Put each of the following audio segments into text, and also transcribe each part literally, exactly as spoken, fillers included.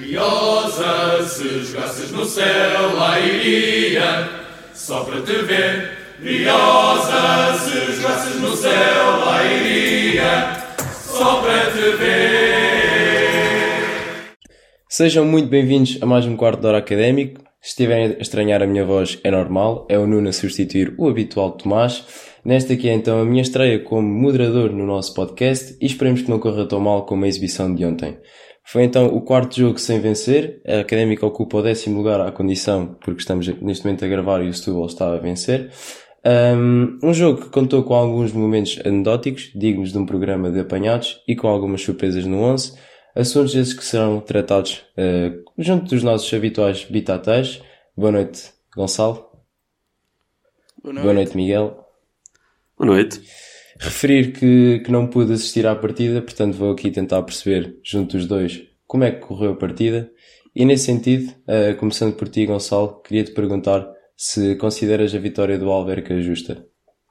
Briosa, se jogasses no céu, lá iria, só para te ver. Briosa, se jogasses no céu, lá iria, só para te ver. Sejam muito bem-vindos a mais um quarto de hora académico. Se estiverem a estranhar a minha voz, é normal, é o Nuno a substituir o habitual Tomás. Nesta aqui é então a minha estreia como moderador no nosso podcast e esperemos que não corra tão mal como a exibição de ontem. Foi então o quarto jogo sem vencer, a Académica ocupa o décimo lugar à condição, porque estamos neste momento a gravar e o Setúbal está a vencer. Um, um jogo que contou com alguns momentos anedóticos, dignos de um programa de apanhados e com algumas surpresas no onze. Assuntos esses que serão tratados uh, junto dos nossos habituais bitatais. Boa noite, Gonçalo. Boa noite. Boa noite, Miguel. Boa noite. Referir que, que não pude assistir à partida, portanto vou aqui tentar perceber, junto dos dois, como é que correu a partida. E nesse sentido, uh, começando por ti, Gonçalo, queria-te perguntar se consideras a vitória do Alverca justa.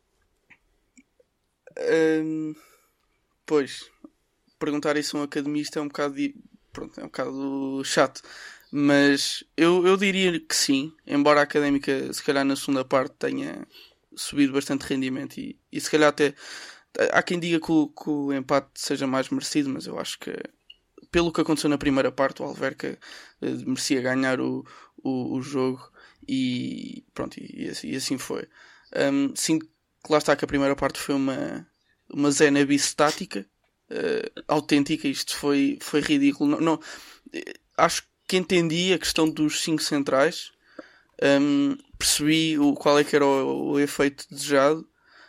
Hum, pois, perguntar isso a um academista é um bocado, pronto, é um bocado chato, mas eu, eu diria que sim, embora a Académica se calhar na segunda parte tenha subido bastante rendimento e, e se calhar até há quem diga que o, que o empate seja mais merecido, mas eu acho que pelo que aconteceu na primeira parte o Alverca eh, merecia ganhar o, o, o jogo e pronto, e, e assim foi. Um, sinto que lá está que a primeira parte foi uma, uma Zenabi estática, uh, autêntica. Isto foi, foi ridículo. Não, não, acho que entendi a questão dos cinco centrais, um, percebi o, qual é que era o, o efeito desejado,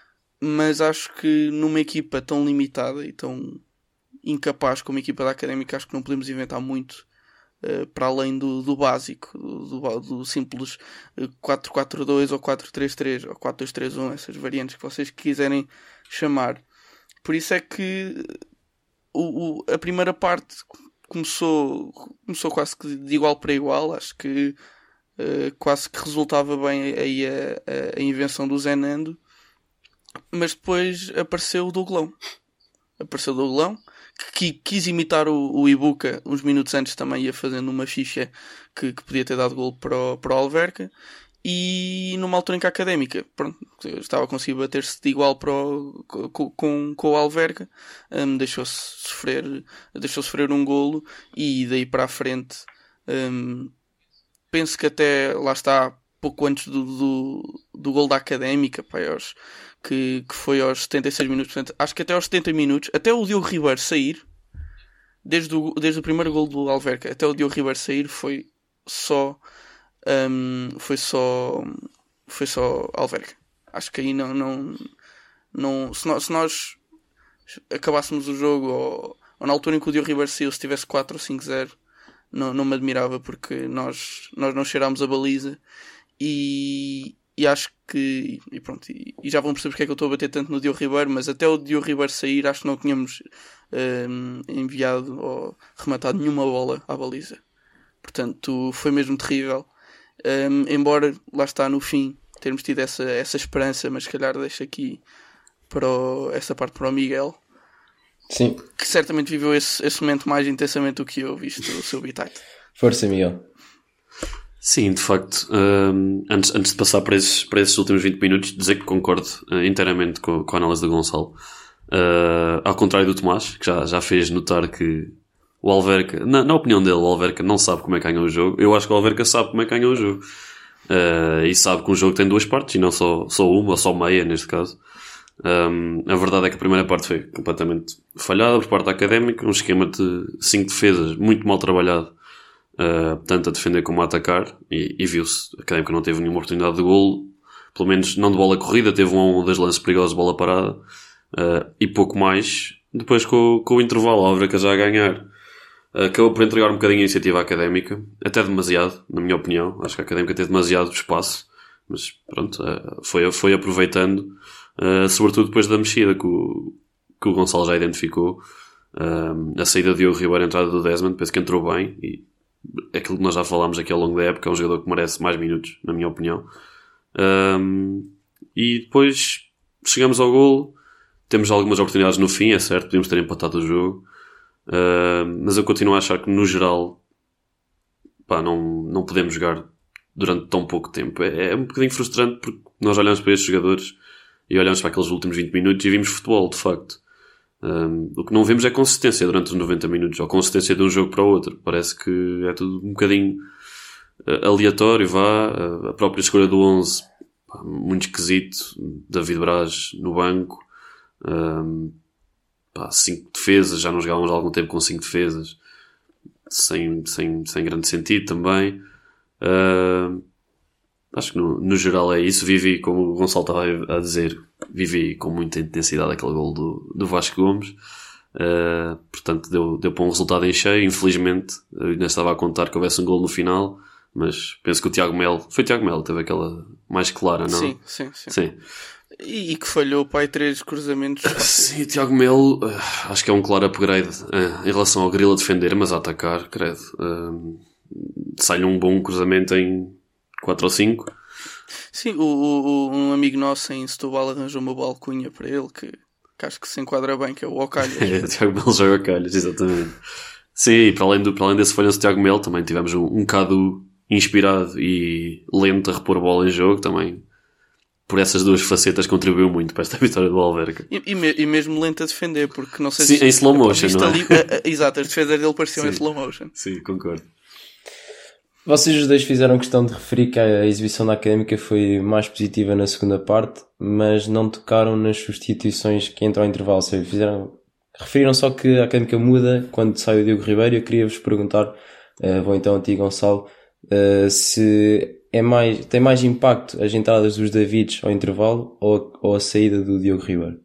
mas acho que numa equipa tão limitada e tão incapaz como a equipa da Académica, acho que não podemos inventar muito uh, para além do, do básico, do, do, do simples uh, quatro quatro dois ou quatro três três ou quatro dois três um, essas variantes que vocês quiserem chamar. Por isso é que o, o, a primeira parte começou, começou quase que de igual para igual. Acho que uh, quase que resultava bem aí a, a, a invenção do Zé Nando, mas depois apareceu o Douglão. Apareceu o Douglão, que quis imitar o, o Ibuka uns minutos antes, também ia fazendo uma ficha que, que podia ter dado golo para o, para o Alverca, e numa altura em que a Académica pronto, estava a conseguir bater-se de igual para o, com, com, com o Alverca, um, deixou-se sofrer, deixou sofrer um golo e daí para a frente um, penso que até lá está pouco antes do, do, do golo da Académica, pá, aos, que, que foi aos setenta e seis minutos, portanto, acho que até aos setenta minutos, até o Diogo Ribeiro sair, desde o, desde o primeiro golo do Alverca até o Diogo Ribeiro sair, foi só um, foi só foi só Alverca. Acho que aí não, não, não se, nós, se nós acabássemos o jogo ou, ou na altura em que o Diogo Ribeiro saiu, se tivesse quatro ou cinco zero, não, não me admirava, porque nós, nós não cheirámos a baliza. E, e acho que e pronto, e, e já vão perceber porque é que eu estou a bater tanto no Diogo Ribeiro, mas até o Diogo Ribeiro sair acho que não tínhamos um, enviado ou rematado nenhuma bola à baliza. Portanto foi mesmo terrível, um, embora lá está no fim termos tido essa, essa esperança, mas se calhar deixo aqui para o, essa parte para o Miguel. Sim. Que certamente viveu esse, esse momento mais intensamente do que eu, visto o seu bitite. Força, Miguel. Sim, de facto, um, antes, antes de passar para esses, para esses últimos vinte minutos, dizer que concordo uh, inteiramente com, com a análise do Gonçalo. Uh, ao contrário do Tomás, que já, já fez notar que o Alverca, na, na opinião dele, o Alverca não sabe como é que ganha o jogo. Eu acho que o Alverca sabe como é que ganha o jogo. Uh, e sabe que um jogo tem duas partes, e não só, só uma, ou só meia, neste caso. Um, a verdade é que a primeira parte foi completamente falhada por parte da Académica, um esquema de cinco defesas muito mal trabalhado. Uh, tanto a defender como a atacar, e, e viu-se, a Académica não teve nenhuma oportunidade de golo, pelo menos não de bola corrida, teve um das lances perigosos de bola parada, uh, e pouco mais. Depois com, com o intervalo, a Alverca já a ganhar, uh, acabou por entregar um bocadinho a iniciativa à Académica, até demasiado, na minha opinião. Acho que a Académica teve demasiado espaço, mas pronto, uh, foi, foi aproveitando, uh, sobretudo depois da mexida que o, que o Gonçalo já identificou, uh, a saída de Diogo Ribeiro, a entrada do Desmond, penso que entrou bem, e aquilo que nós já falámos aqui ao longo da época, é um jogador que merece mais minutos, na minha opinião. Um, e depois chegamos ao golo, temos algumas oportunidades no fim, é certo, podíamos ter empatado o jogo, uh, mas eu continuo a achar que no geral pá, não, não podemos jogar durante tão pouco tempo. É, é um bocadinho frustrante porque nós olhamos para estes jogadores e olhamos para aqueles últimos vinte minutos e vimos futebol, de facto. Um, o que não vemos é consistência durante os noventa minutos, ou consistência de um jogo para o outro. Parece que é tudo um bocadinho uh, aleatório, vá. Uh, a própria escolha do onze, pá, muito esquisito. David Braz no banco. Um, pá, cinco defesas, já não jogávamos há algum tempo com cinco defesas. Sem, sem, sem grande sentido também. Uh, acho que no, no geral é isso. Vivi, como o Gonçalo estava a dizer, vivi com muita intensidade aquele gol do, do Vasco Gomes. Uh, portanto deu, deu para um resultado em cheio. Infelizmente eu ainda estava a contar que houvesse um gol no final, mas penso que o Tiago Melo, foi o Tiago Melo, teve aquela mais clara, não? Sim, sim, sim, sim. E, e que falhou pai três cruzamentos. Sim, o Tiago Melo, uh, acho que é um claro upgrade uh, em relação ao Grilo a defender, mas a atacar, credo. Uh, sai-lhe um bom cruzamento em quatro ou cinco. Sim, o, o, um amigo nosso em Setúbal arranjou uma boa alcunha para ele que, que acho que se enquadra bem, que é o Ocalhas. É, o Tiago Melo joga Ocalhas, exatamente. Sim, e para além, do, para além desse falhanço do Tiago Melo, também tivemos um, um bocado inspirado e lento a repor a bola em jogo, também por essas duas facetas contribuiu muito para esta vitória do Alverca. E, e, me, e mesmo lento a defender, porque não sei Sim, se... em slow motion, não é? Ali, a, a, exato, as defesas dele pareciam Sim. em slow motion. Sim, concordo. Vocês os dois fizeram questão de referir que a exibição da Académica foi mais positiva na segunda parte, mas não tocaram nas substituições que entram ao intervalo. Ou seja, fizeram, referiram só que a Académica muda quando sai o Diogo Ribeiro. Eu queria vos perguntar, uh, vou então a ti, Gonçalo, uh, se é mais, tem mais impacto as entradas dos Davids ao intervalo ou, ou a saída do Diogo Ribeiro?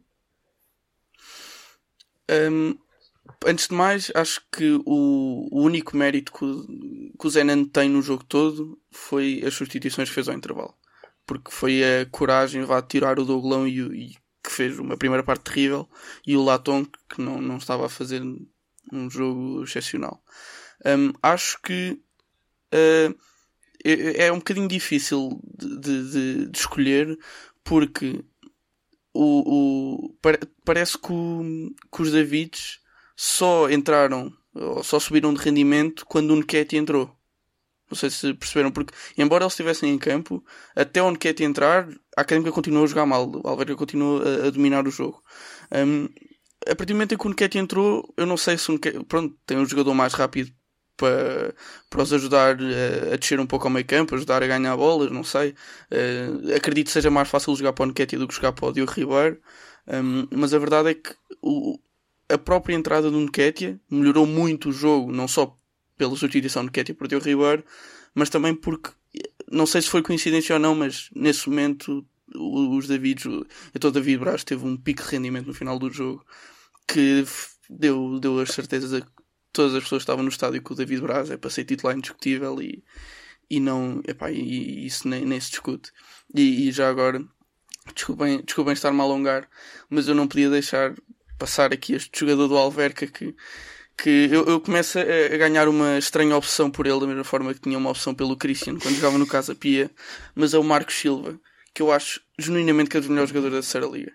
Um, antes de mais, acho que o, o único mérito que o, que o Zenan tem no jogo todo foi as substituições que fez ao intervalo. Porque foi a coragem vá tirar o Douglão e, e que fez uma primeira parte terrível, e o Laton que não, não estava a fazer um jogo excepcional. Um, acho que uh, é, é um bocadinho difícil de, de, de escolher, porque o, o, parece que, o, que os Davids só entraram, ou só subiram de rendimento quando o Nketiah entrou. Não sei se perceberam, porque embora eles estivessem em campo, até o Nketiah entrar, a Académica continuou a jogar mal, o Alverca continuou a, a dominar o jogo. Um, a partir do momento em que o Nketiah entrou, eu não sei se o Nketiah, pronto, tem um jogador mais rápido para, para os ajudar a, a descer um pouco ao meio campo, ajudar a ganhar bolas, não sei. Uh, acredito que seja mais fácil jogar para o Nketiah do que jogar para o Diogo Ribeiro. Um, mas a verdade é que o, a própria entrada do Nketiah melhorou muito o jogo, não só pela substituição do Nketiah por Diogo Ribeiro, mas também porque, não sei se foi coincidência ou não, mas nesse momento os Davids, então o David Braz teve um pico de rendimento no final do jogo que deu, deu as certezas a todas as pessoas que estavam no estádio que o David Braz é para ser titular indiscutível e, e não, epá, e, e isso nem, nem se discute. E, e já agora, desculpem, desculpem estar-me a alongar, mas eu não podia deixar passar aqui este jogador do Alverca que que eu, eu começo a ganhar uma estranha opção por ele, da mesma forma que tinha uma opção pelo Christian quando jogava no Casa Pia, mas é o Marcos Silva, que eu acho genuinamente que é um dos melhores jogadores da terceira liga.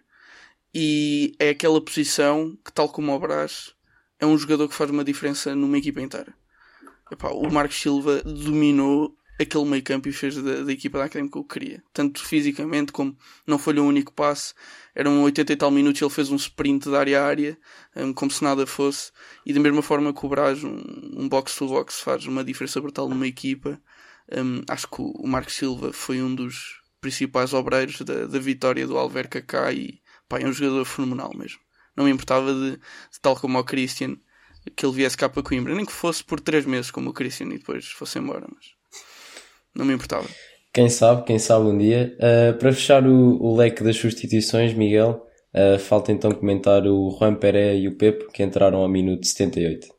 E é aquela posição que, tal como o Braz, é um jogador que faz uma diferença numa equipa inteira. Epá, o Marcos Silva dominou aquele meio campo e fez da, da equipa da Académica o que queria. Tanto fisicamente como não falhou um único passe. Eram oitenta e tal minutos e ele fez um sprint de área a área, um, como se nada fosse. E da mesma forma que o Braz, um, um box-to-box, faz uma diferença brutal numa equipa. Um, acho que o Marcos Silva foi um dos principais obreiros da, da vitória do Alverca cá e pá, é um jogador fenomenal mesmo. Não me importava de, de tal como o Christian, que ele viesse cá para Coimbra. Nem que fosse por três meses como o Christian e depois fosse embora, mas não me importava. Quem sabe, quem sabe um dia. Uh, para fechar o, o leque das substituições, Miguel, uh, falta então comentar o Juan Pereira e o Pepe, que entraram ao minuto setenta e oito.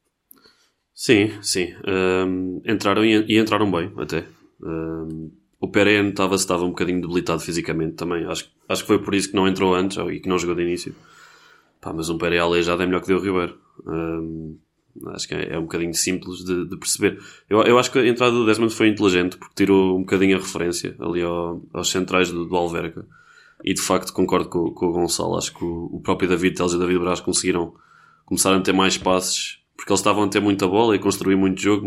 Sim, sim. Um, entraram e, e entraram bem, até. Um, o Pereira notava-se estava um bocadinho debilitado fisicamente também. Acho, acho que foi por isso que não entrou antes ou, e que não jogou de início. Pá, mas um Pereira aleijado é melhor que o Ribeiro. Um, Acho que é, é um bocadinho simples de, de perceber. Eu, eu acho que a entrada do Desmond foi inteligente porque tirou um bocadinho a referência ali ao, aos centrais do, do Alverca. E de facto concordo com, com o Gonçalo. Acho que o, o próprio David Teles e o David Braz conseguiram começar a ter mais passes porque eles estavam a ter muita bola e construir muito jogo, mas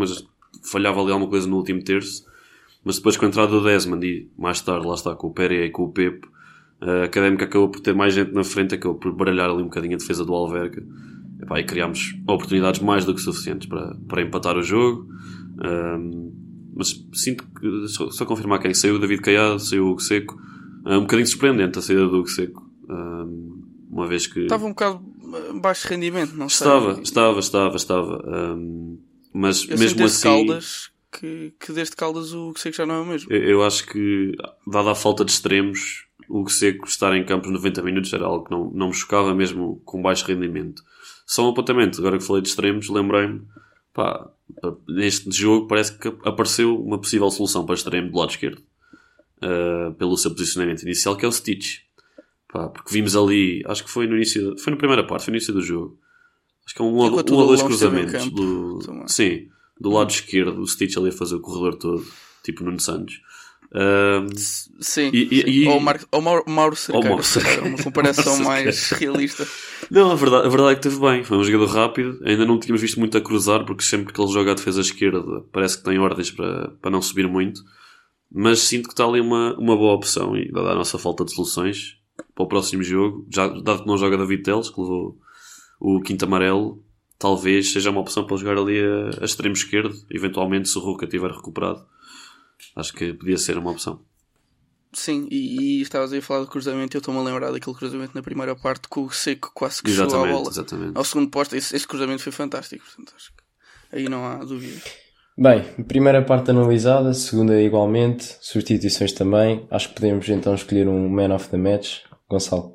falhava ali alguma coisa no último terço, mas depois com a entrada do Desmond e mais tarde, lá está, com o Pereira e com o Pepe, a Académica acabou por ter mais gente na frente, acabou por baralhar ali um bocadinho a defesa do Alverca. Epá, e criámos oportunidades mais do que suficientes para, para empatar o jogo. Um, mas sinto que, só, só confirmar quem saiu, o David Caiado, saiu o Hugo Seco. Um, um bocadinho surpreendente a saída do Hugo Seco. Um, uma vez que... Estava um bocado baixo de rendimento, não sei. Estava, estava, estava, estava. Um, mas eu mesmo assim... Caldas, que, que desde Caldas o Hugo Seco já não é o mesmo. Eu, eu acho que, dada a falta de extremos, o Hugo Seco estar em campos noventa minutos era algo que não, não me chocava, mesmo com baixo rendimento. Só um apontamento, agora que falei de extremos, lembrei-me, pá, neste jogo parece que apareceu uma possível solução para extremo do lado esquerdo, uh, pelo seu posicionamento inicial, que é o Stitch. Pá, porque vimos ali, acho que foi no início, foi na primeira parte, foi no início do jogo. Acho que é um, um ou dois cruzamentos. Do, sim, do lado esquerdo, o Stitch ali a fazer o corredor todo, tipo Nuno Santos. Um, sim, e, sim. E, ou, Mar, ou Mauro, Mauro Cerqueira, Cerqueira. Uma comparação mais realista. Não, a verdade, a verdade é que esteve bem. Foi um jogador rápido. Ainda não tínhamos visto muito a cruzar, porque sempre que ele joga a defesa esquerda parece que tem ordens para, para não subir muito. Mas sinto que está ali uma, uma boa opção, e dada a nossa falta de soluções para o próximo jogo, já, dado que não joga David Teles, que levou o quinto amarelo, talvez seja uma opção para jogar ali a, a extremo esquerdo, eventualmente se o Ruka estiver recuperado. Acho que podia ser uma opção. Sim, e, e estavas aí a falar do cruzamento. Eu estou-me a lembrar daquele cruzamento na primeira parte com o Seco quase que exatamente, chegou à bola. Exatamente. Ao segundo posto, esse, esse cruzamento foi fantástico. Portanto, acho que aí não há dúvida. Bem, primeira parte analisada, segunda igualmente, substituições também. Acho que podemos então escolher um Man of the Match. Gonçalo.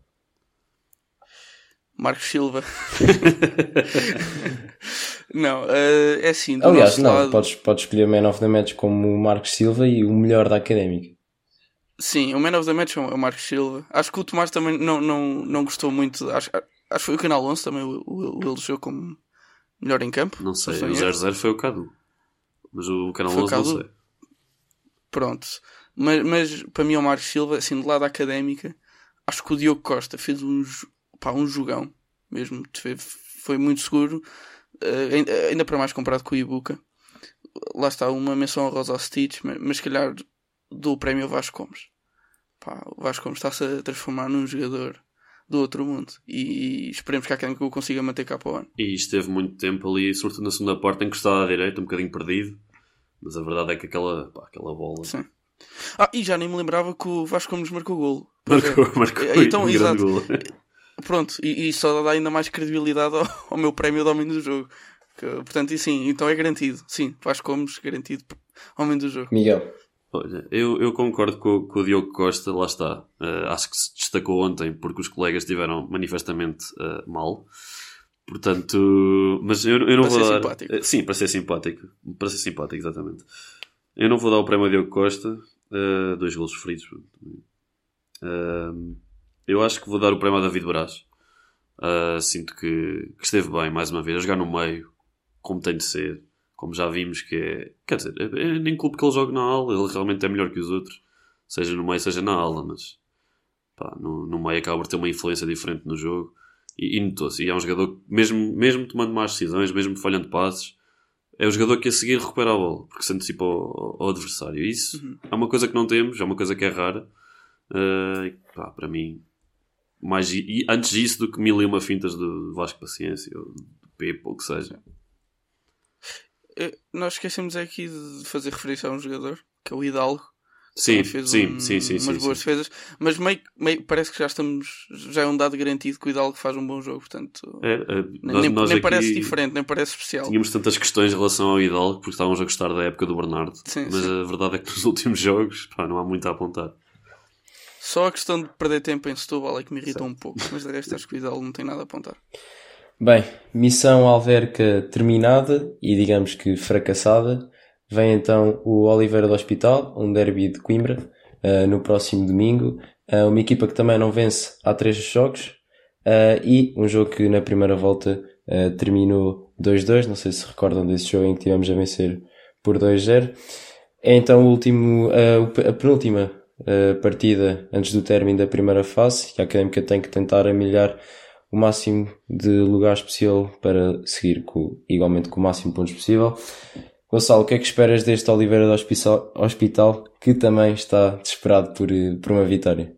Marcos Silva. Não, uh, é assim. Do Aliás, nosso não, lado... podes, podes escolher Man of the Match como o Marcos Silva e o melhor da Académica. Sim, o Man of the Match é o Marcos Silva. Acho que o Tomás também não, não, não gostou muito. Acho, acho que foi o Canal onze também o, o, o elegeu como melhor em campo. Não sei, não o zero zero foi o Cadu. Mas o Canal onze não sei. Pronto. Mas, mas para mim é o Marcos Silva, assim, do lado da Académica, acho que o Diogo Costa fez um, pá, um jogão mesmo. Foi muito seguro. Uh, ainda para mais comparado com o Ibuka. Lá está uma menção honrosa ao Stitch, mas, mas se calhar dou o prémio ao Vasco Gomes. Pá, o Vasco Gomes está-se a transformar num jogador do outro mundo e, e esperemos que a Académica o consiga manter cá para o ano. E esteve muito tempo ali, sobretudo na segunda parte, encostado à direita, um bocadinho perdido, mas a verdade é que aquela, pá, aquela bola... Sim. Ah, e já nem me lembrava que o Vasco Gomes marcou gol. Marcou, é. marcou então, um exato. grande gol. Pronto, e, e só dá ainda mais credibilidade ao, ao meu prémio de homem do jogo. Que, portanto, e sim, então é garantido. Sim, Vasco Gomes, garantido homem do jogo. Miguel. Olha, eu, eu concordo com, com o Diogo Costa, lá está. Uh, acho que se destacou ontem porque os colegas estiveram manifestamente uh, mal. Portanto, mas eu, eu não para vou ser dar... simpático. Uh, sim, para ser simpático. Para ser simpático, exatamente. Eu não vou dar o prémio ao Diogo Costa. Uh, dois golos sofridos. Uh, eu acho que vou dar o prémio ao David Braz. Uh, sinto que, que esteve bem, mais uma vez, a jogar no meio, como tem de ser. Como já vimos que é... Quer dizer, é nem culpa que ele jogue na ala. Ele realmente é melhor que os outros. Seja no meio, seja na ala. Mas pá, no, no meio acaba por ter uma influência diferente no jogo. E, e notou-se. E é um jogador que, mesmo, mesmo tomando más decisões, mesmo falhando passes, é o jogador que a seguir recupera a bola. Porque se antecipa ao, ao adversário. E isso uhum. é uma coisa que não temos. É uma coisa que é rara. Uh, e, pá, para mim... Mais, e antes disso do que mil e uma fintas do Vasco Paciência ou do Pepe ou o que seja. Nós esquecemos aqui de fazer referência a um jogador que é o Hidalgo. Sim, fez sim, um, sim, sim, umas sim, boas sim. defesas, mas meio, meio, parece que já estamos, já é um dado garantido que o Hidalgo faz um bom jogo, portanto é, é, nem, nós, nem, nós nem aqui parece diferente, nem parece especial. Tínhamos tantas questões em relação ao Hidalgo porque estávamos a gostar da época do Bernardo, sim, mas sim. a verdade é que nos últimos jogos pá, não há muito a apontar. Só a questão de perder tempo em Setúbal é que me irritou certo. um pouco, mas de resto acho que o Hidalgo não tem nada a apontar. Bem, missão Alverca terminada e digamos que fracassada. Vem então o Oliveira do Hospital, um derby de Coimbra, uh, no próximo domingo. Uh, uma equipa que também não vence há três jogos. Uh, e um jogo que na primeira volta uh, terminou dois dois. Não sei se recordam desse jogo em que tivemos a vencer por dois zero. É então o último, uh, a penúltima uh, partida antes do término da primeira fase. E a Académica tem que tentar amilhar o máximo de lugares possível para seguir com, igualmente com o máximo de pontos possível. Gonçalo, o que é que esperas deste Oliveira do Hospital, Hospital que também está desesperado por, por uma vitória?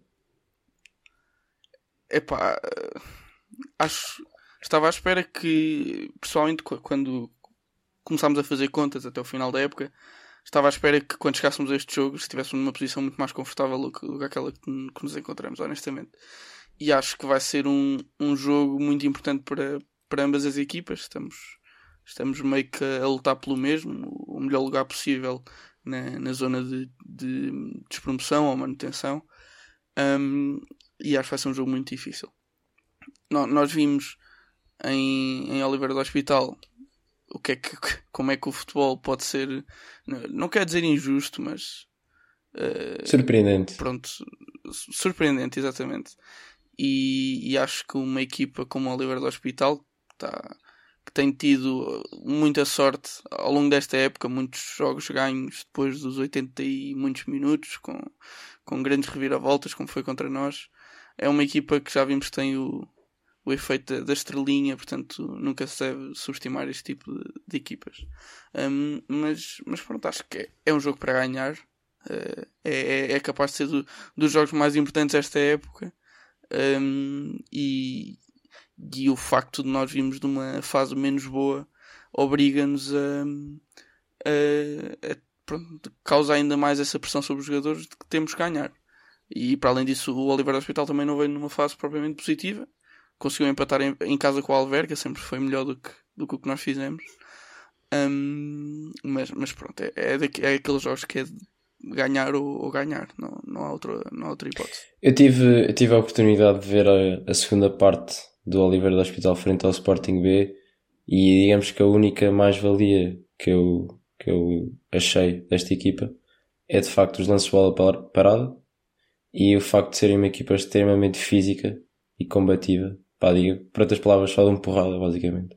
Epá, acho, estava à espera que, pessoalmente, quando começámos a fazer contas até o final da época, estava à espera que quando chegássemos a este jogo estivéssemos numa posição muito mais confortável do que, do que aquela que, que nos encontramos, honestamente. E acho que vai ser um, um jogo muito importante para, para ambas as equipas. Estamos, estamos meio que a lutar pelo mesmo, o melhor lugar possível na, na zona de, de despromoção ou manutenção. Um, e acho que vai ser um jogo muito difícil. No, nós vimos em, em Oliveira do Hospital o que é que, como é que o futebol pode ser, não, não quero dizer injusto, mas uh, surpreendente. Pronto, surpreendente, exatamente. E, e acho que uma equipa como a Oliveira do Hospital tá, que tem tido muita sorte ao longo desta época, muitos jogos ganhos depois dos oitenta e muitos minutos, com, com grandes reviravoltas, como foi contra nós. É uma equipa que já vimos que tem o, o efeito da, da estrelinha, portanto nunca se deve subestimar este tipo de, de equipas. Um, mas, mas pronto, acho que é, é um jogo para ganhar. Uh, é, é capaz de ser do, dos jogos mais importantes desta época. Um, e, e o facto de nós virmos de uma fase menos boa obriga-nos a, a, a pronto, causa ainda mais essa pressão sobre os jogadores de que temos que ganhar. E para além disso, o Oliveira do Hospital também não veio numa fase propriamente positiva. Conseguiu empatar em, em casa com o Alverca, sempre foi melhor do que, do que o que nós fizemos. Um, mas, mas pronto, é, é, daqu- é aqueles jogos que é de ganhar ou, ou ganhar, não, não, há outra, não há outra hipótese. Eu tive, eu tive a oportunidade de ver a, a segunda parte do Oliveira do Hospital frente ao Sporting B, e digamos que a única mais-valia que eu, que eu achei desta equipa é de facto os lances de bola par- parada e o facto de serem uma equipa extremamente física e combativa. Pá, diga, por outras palavras, só dão porrada, basicamente.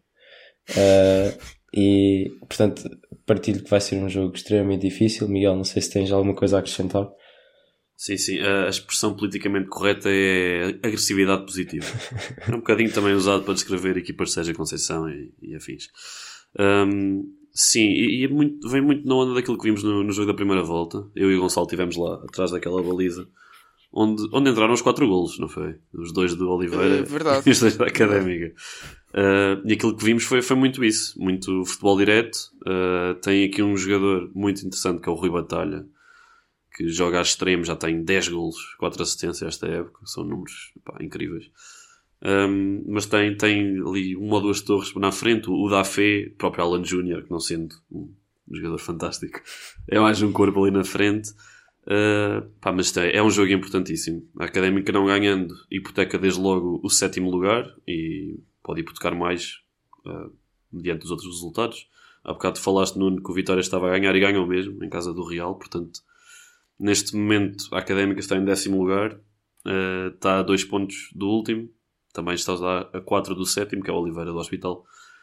Uh, e, portanto, partilho que vai ser um jogo extremamente difícil. Miguel, não sei se tens alguma coisa a acrescentar. Sim, sim. A expressão politicamente correta é agressividade positiva. É um bocadinho também usado para descrever equipas de Sérgio Conceição e, e afins. Um, sim, e, e é muito, vem muito na onda daquilo que vimos no, no jogo da primeira volta. Eu e o Gonçalo estivemos lá, atrás daquela baliza, onde, onde entraram os quatro golos, não foi? Os dois do Oliveira É verdade. e os dois da Académica. Uh, e aquilo que vimos foi, foi muito isso. Muito futebol direto. Uh, tem aqui um jogador muito interessante que é o Rui Batalha, que joga a extremo, já tem dez golos, quatro assistências esta época. São números, pá, incríveis. Um, mas tem, tem ali uma ou duas torres na frente. O Dafé, o próprio Alan Júnior, que não sendo um jogador fantástico, é mais um corpo ali na frente. Uh, pá, mas é, é um jogo importantíssimo. A Académica, não ganhando, hipoteca desde logo o sétimo lugar e pode hipotecar mais uh, mediante os outros resultados. Há bocado falaste, Nuno, que o Vitória estava a ganhar e ganhou mesmo em casa do Real. Portanto, neste momento a Académica está em décimo lugar, uh, está a dois pontos do último, também está a quatro do sétimo, que é o Oliveira do Hospital.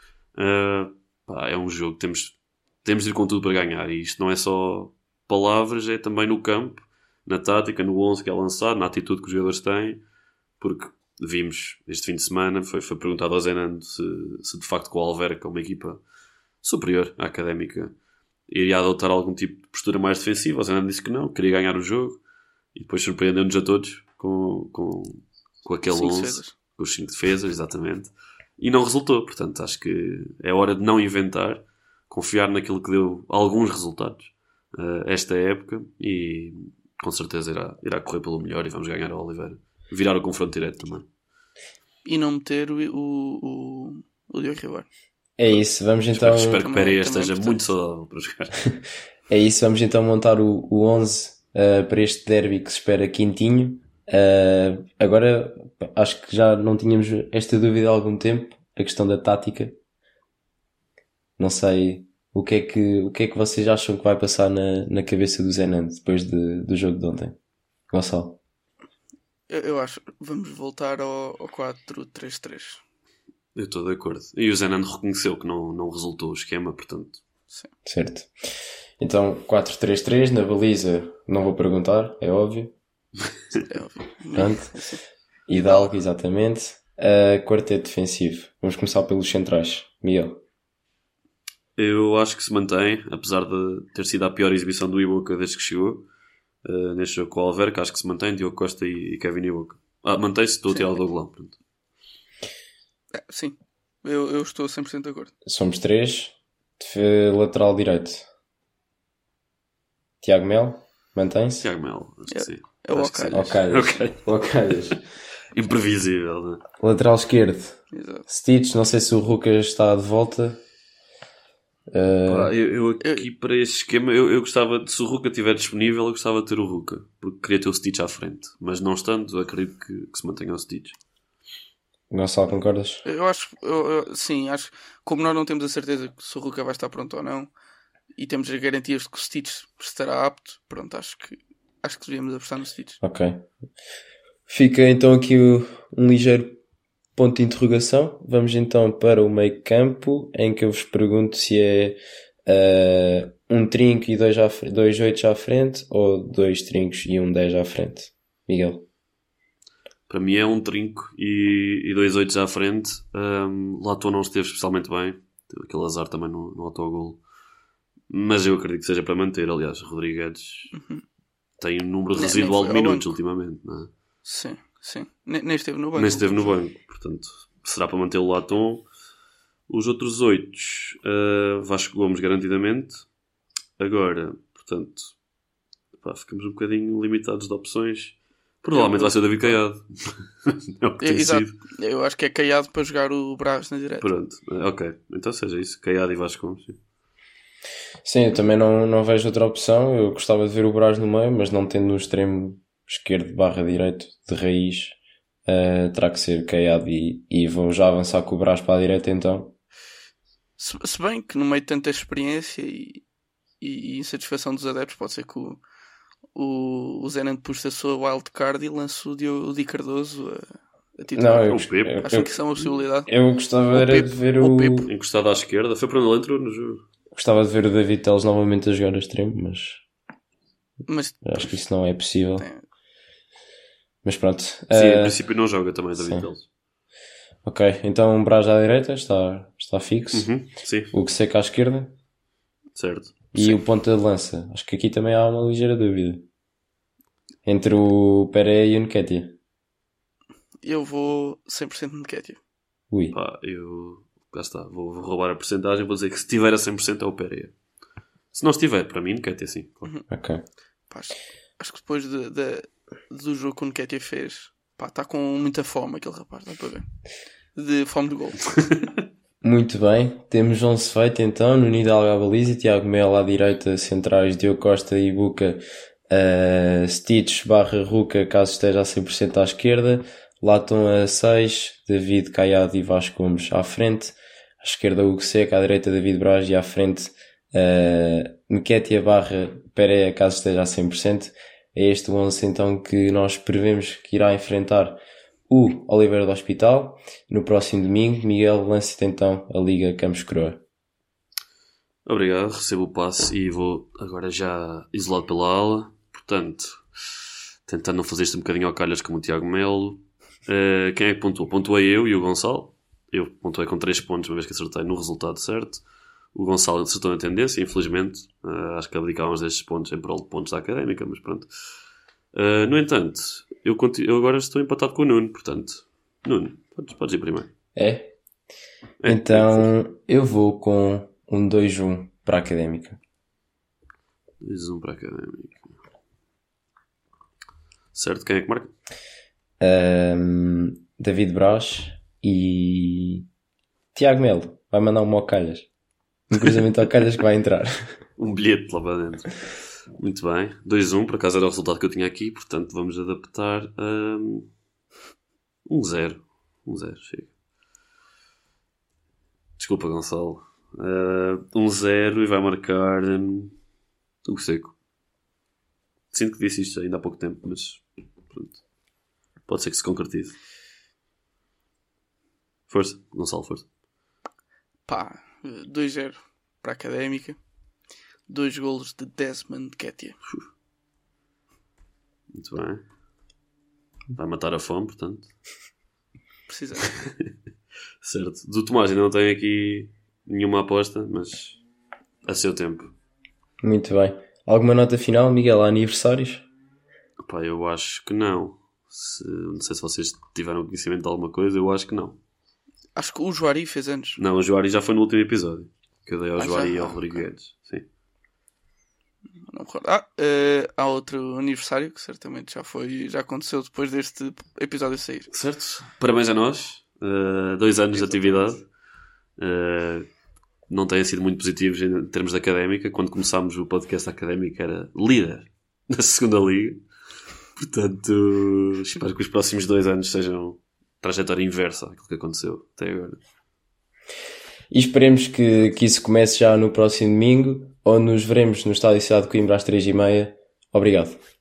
Uh, pá, é um jogo que temos, temos de ir com tudo para ganhar, e isto não é só palavras, é também no campo, na tática, no onze que é lançado, na atitude que os jogadores têm, porque vimos este fim de semana, foi, foi perguntado ao Zenando se, se de facto com o Alverca, uma equipa superior à Académica, iria adotar algum tipo de postura mais defensiva. O Zenando disse que não, queria ganhar o jogo, e depois surpreendeu-nos a todos com, com, com aquele Cinco onze, defesas. com os cinco defesas, exatamente, e não resultou. Portanto, acho que é hora de não inventar, confiar naquilo que deu alguns resultados uh, esta época, e com certeza irá, irá correr pelo melhor e vamos ganhar ao Oliveira. Virar o confronto direto também. E não meter o, o, o, o Diogo Ribeiro. É isso, vamos então... Espero, espero que o Também- Pereira também é esteja importante. muito saudável para jogar. É isso, vamos então montar o, o onze uh, para este derby que se espera quentinho. Uh, agora, acho que já não tínhamos esta dúvida há algum tempo, a questão da tática. Não sei o que é que, o que, é que vocês acham que vai passar na, na cabeça do Zenando depois de, do jogo de ontem. Gonçalo. Eu, eu acho vamos voltar ao, ao quatro três três. Eu estou de acordo. E o Zenando reconheceu que não, não resultou o esquema, portanto... Certo. Então, quatro três três, na baliza não vou perguntar, é óbvio. É óbvio. Pronto. Hidalgo, exatamente. Uh, quarteto defensivo. Vamos começar pelos centrais. Miguel. Eu acho que se mantém, apesar de ter sido a pior exibição do Iboca desde que chegou. Uh, neste jogo com o Alverca, acho que se mantém Diogo Costa e, e Kevin Iboca. Ah, mantém-se, estou a tirar o Doglão. É, sim, eu, eu estou cem por cento de acordo. Somos três. Defe- Lateral direito. Tiago Melo, mantém-se? Tiago Melo, acho que sim. É o Acho que sim. Ocalhas. Ok. Ok. Imprevisível, né? Lateral esquerdo. Exato. Stitch, não sei se o Rucas está de volta. Uh, Pá, eu, eu aqui para este esquema, eu, eu gostava de, se o Ruka estiver disponível, eu gostava de ter o Ruka, porque queria ter o Stitch à frente, mas não estando, acredito que, que se mantenha o Stitch. Gonçalo, concordas? Eu acho, eu, eu- sim, acho que como nós não temos a certeza que se o Ruka vai estar pronto ou não, e temos as garantias de que o Stitch estará apto, pronto, acho que acho que devíamos apostar no Stitch. Ok. Fica então aqui o- um ligeiro ponto de interrogação. Vamos então para o meio campo, em que eu vos pergunto se é uh, um trinco e dois, à fre- dois oitos à frente ou dois trincos e um dez à frente. Miguel. Para mim é um trinco e, e dois oitos à frente. Um, Lato não esteve especialmente bem, teve aquele azar também no, no autogolo, mas eu acredito que seja para manter. Aliás, Rodrigues tem um número Nem- nem residual foi de ao minutos banco. ultimamente, não é? Sim, sim. Nem, nem esteve no banco. Nem esteve no banco, portanto, será para manter o Laton. Os outros oito, uh, Vasco Gomes garantidamente. Agora, portanto, pá, ficamos um bocadinho limitados de opções. Provavelmente vai ser o David Caiado. É o que É, tem exato. sido. Eu acho que é caiado para jogar o Braz na direita. Pronto, uh, ok. Então seja isso, Caiado e Vasco Gomes. Sim. Sim, eu também não, não vejo outra opção. Eu gostava de ver o Brás no meio, mas não tendo no extremo esquerdo barra direito de raiz, uh, terá que ser Caiado e, e vou já avançar com o Brás para a direita então. Se, se bem que no meio de tanta experiência e, e, e insatisfação dos adeptos, pode ser que o, o, o Zenant puxe a sua wildcard e lance o, Dio, o Di Cardoso a, a titular. Não, eu, O Pepe. eu, Acham eu, que isso é uma possibilidade? eu gostava O era Pepe, de ver o o, Pepe. Encostado à esquerda, foi para onde ele entrou no jogo. gostava de ver o David Teles novamente a jogar a extremo, mas Mas acho que isso não é possível. tem- Mas pronto. Sim, em Uh, princípio não joga também, David sim. Teles. ok, então o Brás à direita está, está fixo. Uhum, sim, O que seca à esquerda. certo. E o ponta de lança. Acho que aqui também há uma ligeira dúvida. Entre o Pereira e o Nketiah. eu vou cem por cento de Nketiah. Ui. Pá, eu... Cá está, vou, vou roubar a porcentagem, vou dizer que se estiver a cem por cento é o Pereira. Se não estiver, para mim, quer ter sim. Claro. Ok. Pá, acho, acho que depois de, de- do jogo que o Nketiah fez, pá, está com muita fome aquele rapaz, dá para ver. De fome de gol. Muito bem. Temos onze feito então. Nuno Hidalgo à baliza. Tiago Melo à direita. Centrais Diogo Costa e Buca. Uh, Stitch barra Ruca, caso esteja a cem por cento à esquerda. Laton a seis. David Caiado e Vasco Gomes à frente. À esquerda Hugo Seca. À direita David Braz. E à frente uh, Nketiah barra Pereira, caso esteja a cem por cento. É este o onze então que nós prevemos que irá enfrentar o Oliveira do Hospital no próximo domingo. Miguel, lance-te então a Liga Campos Croa. Obrigado, recebo o passe e vou agora já isolado pela aula. Portanto, tentando não fazer isto um bocadinho ao calhas como o Tiago Melo. Uh, quem é que pontuou? Pontuei eu e o Gonçalo. Eu pontuei com três pontos, uma vez que acertei no resultado certo. O Gonçalo acertou na tendência, infelizmente. Uh, acho que abdicávamos destes pontos em prol de pontos da Académica, mas pronto. Uh, no entanto, eu, continuo, eu agora estou empatado com o Nuno, portanto. Nuno, podes, podes ir primeiro. É? É, Então eu vou com um dois um para a Académica. dois um para a Académica. Certo, quem é que marca? Um, David Braz e Tiago Melo. Vai mandar um ao calhas. Um cruzamento ao calhas que vai entrar. Um bilhete lá para dentro. Muito bem. dois um, por acaso era o resultado que eu tinha aqui, portanto vamos adaptar a um zero. um zero, chega. Desculpa, Gonçalo. Uh, um zero e vai marcar um, o Seco. Sinto que disse isto ainda há pouco tempo, mas pronto. Pode ser que se concretize. Força, Gonçalo, força. Pá, dois zero para a Académica. Dois golos de Desmond Nketiah. Muito bem. Vai matar a fome, portanto. Precisa. Certo. Do Tomás ainda não tenho aqui nenhuma aposta, mas a seu tempo. Muito bem. Alguma nota final, Miguel, a aniversários? Pá, eu acho que não. Se, não sei se vocês tiveram conhecimento de alguma coisa, eu acho que não. Acho que o Juari fez anos. Não, o Joari já foi no último episódio. Que eu dei ao Ah, Joari já? e ao Ah, Rodrigo ok. Guedes. Sim. Não me recordo. Ah, eh, há outro aniversário que certamente já foi, já aconteceu depois deste episódio sair. Certo? Parabéns a nós. Uh, dois anos de atividade. Uh, não têm sido muito positivos em termos de académica. Quando começámos o podcast académico era líder na segunda liga. Portanto, espero que os próximos dois anos sejam trajetória inversa àquilo que aconteceu até agora. E esperemos que, que isso comece já no próximo domingo, onde nos veremos no Estádio Cidade de Coimbra às três e meia. Obrigado.